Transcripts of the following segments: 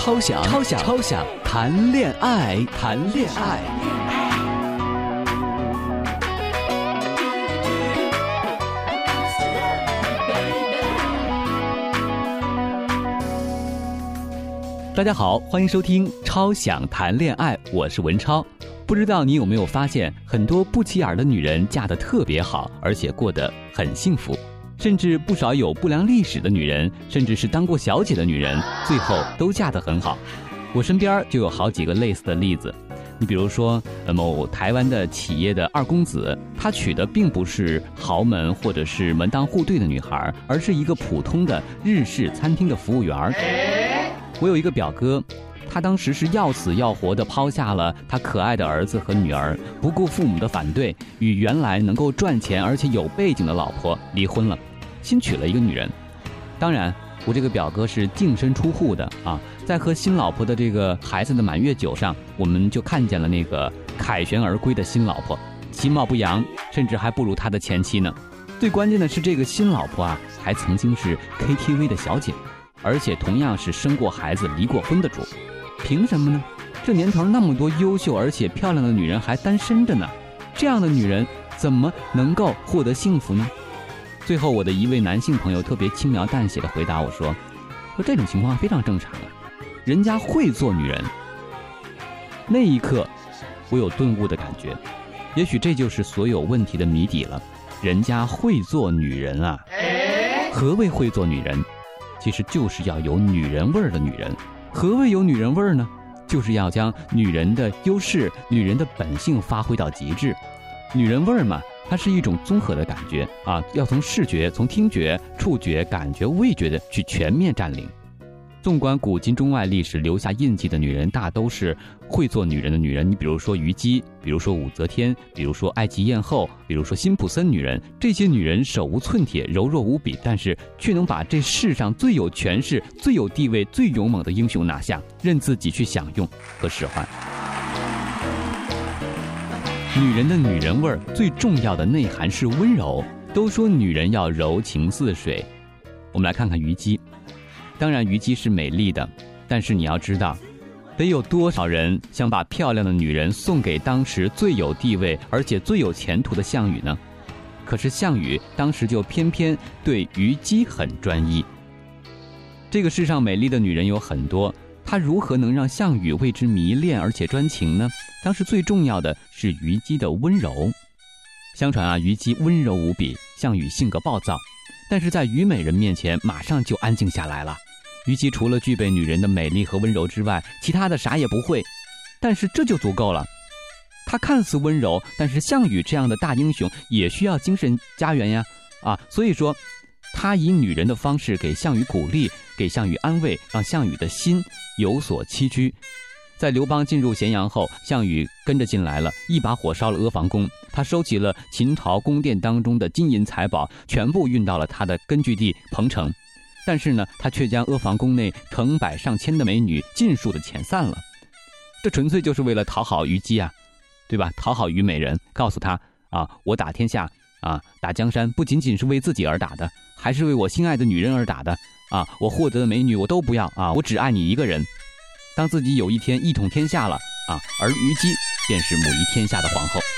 超想谈恋爱。大家好，欢迎收听超想谈恋爱，我是文超。不知道你有没有发现，很多不起眼的女人嫁得特别好，而且过得很幸福，甚至不少有不良历史的女人，甚至是当过小姐的女人，最后都嫁得很好。我身边就有好几个类似的例子。你比如说某台湾的企业的二公子，他娶的并不是豪门或者是门当户对的女孩，而是一个普通的日式餐厅的服务员。我有一个表哥，他当时是要死要活地抛下了他可爱的儿子和女儿，不顾父母的反对，与原来能够赚钱而且有背景的老婆离婚了，新娶了一个女人。当然我这个表哥是净身出户的啊，在和新老婆的这个孩子的满月酒上，我们就看见了那个凯旋而归的新老婆，其貌不扬，甚至还不如他的前妻呢。最关键的是，这个新老婆啊，还曾经是 KTV 的小姐，而且同样是生过孩子离过婚的主。凭什么呢？这年头那么多优秀而且漂亮的女人还单身着呢，这样的女人怎么能够获得幸福呢？最后我的一位男性朋友特别轻描淡写地回答我说这种情况非常正常啊，人家会做女人。那一刻我有顿悟的感觉，也许这就是所有问题的谜底了。人家会做女人啊，何谓会做女人？其实就是要有女人味儿的女人。何谓有女人味儿呢？就是要将女人的优势、女人的本性发挥到极致。女人味儿嘛，它是一种综合的感觉啊，要从视觉、从听觉、触觉、感觉、味觉的去全面占领。纵观古今中外历史，留下印记的女人大都是会做女人的女人。你比如说虞姬，比如说武则天，比如说埃及艳后，比如说辛普森女人，这些女人手无寸铁，柔弱无比，但是却能把这世上最有权势、最有地位、最勇猛的英雄拿下，任自己去享用和使唤。女人的女人味儿最重要的内涵是温柔，都说女人要柔情似水。我们来看看虞姬。当然虞姬是美丽的，但是你要知道，得有多少人想把漂亮的女人送给当时最有地位而且最有前途的项羽呢？可是项羽当时就偏偏对虞姬很专一。这个世上美丽的女人有很多，她如何能让项羽为之迷恋而且专情呢？当时最重要的是虞姬的温柔。相传啊，虞姬温柔无比，项羽性格暴躁，但是在虞美人面前马上就安静下来了。虞姬除了具备女人的美丽和温柔之外，其他的啥也不会，但是这就足够了。她看似温柔，但是项羽这样的大英雄也需要精神家园呀所以说她以女人的方式给项羽鼓励，给项羽安慰，让项羽的心有所栖居。在刘邦进入咸阳后，项羽跟着进来了，一把火烧了阿房宫。他收起了秦朝宫殿当中的金银财宝，全部运到了他的根据地彭城。但是呢，他却将阿房宫内成百上千的美女尽数的遣散了。这纯粹就是为了讨好虞姬啊，对吧？讨好虞美人，告诉他我打天下打江山不仅仅是为自己而打的，还是为我心爱的女人而打的我获得的美女我都不要我只爱你一个人。当自己有一天一统天下了而虞姬便是母仪天下的皇后。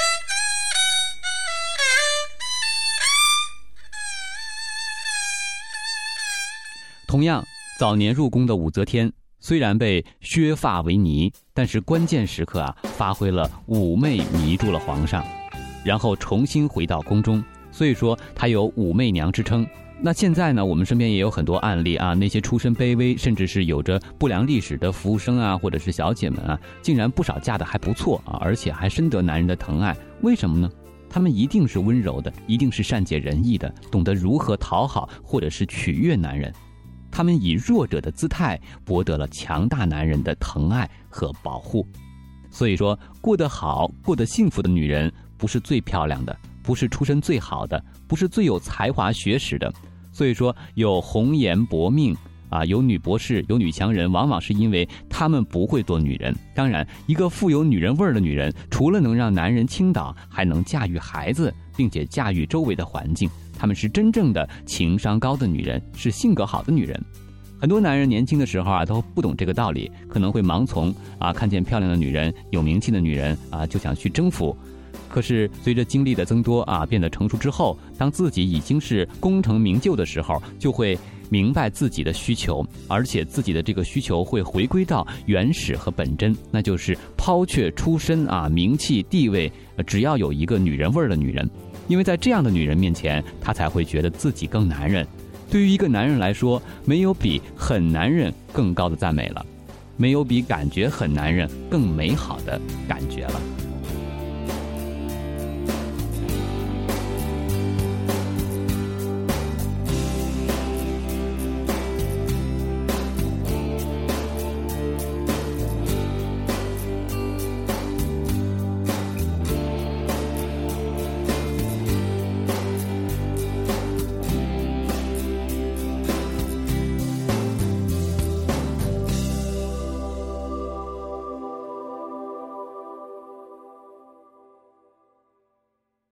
同样，早年入宫的武则天虽然被削发为尼，但是关键时刻发挥了妩媚，迷住了皇上，然后重新回到宫中，所以说她有武媚娘之称。那现在呢，我们身边也有很多案例那些出身卑微甚至是有着不良历史的服务生或者是小姐们竟然不少嫁得还不错而且还深得男人的疼爱。为什么呢？他们一定是温柔的，一定是善解人意的，懂得如何讨好或者是取悦男人。他们以弱者的姿态博得了强大男人的疼爱和保护。所以说，过得好过得幸福的女人不是最漂亮的，不是出身最好的，不是最有才华学识的。所以说有红颜薄命有女博士，有女强人，往往是因为她们不会做女人。当然，一个富有女人味儿的女人，除了能让男人倾倒，还能驾驭孩子，并且驾驭周围的环境。她们是真正的情商高的女人，是性格好的女人。 很多男人年轻的时候都不懂这个道理，可能会盲从看见漂亮的女人、有名气的女人就想去征服。可是随着经历的增多变得成熟之后，当自己已经是功成名就的时候，就会明白自己的需求，而且自己的这个需求会回归到原始和本真，那就是抛却出身名气地位，只要有一个女人味的女人。因为在这样的女人面前，他才会觉得自己更男人。对于一个男人来说，没有比很男人更高的赞美了，没有比感觉很男人更美好的感觉了。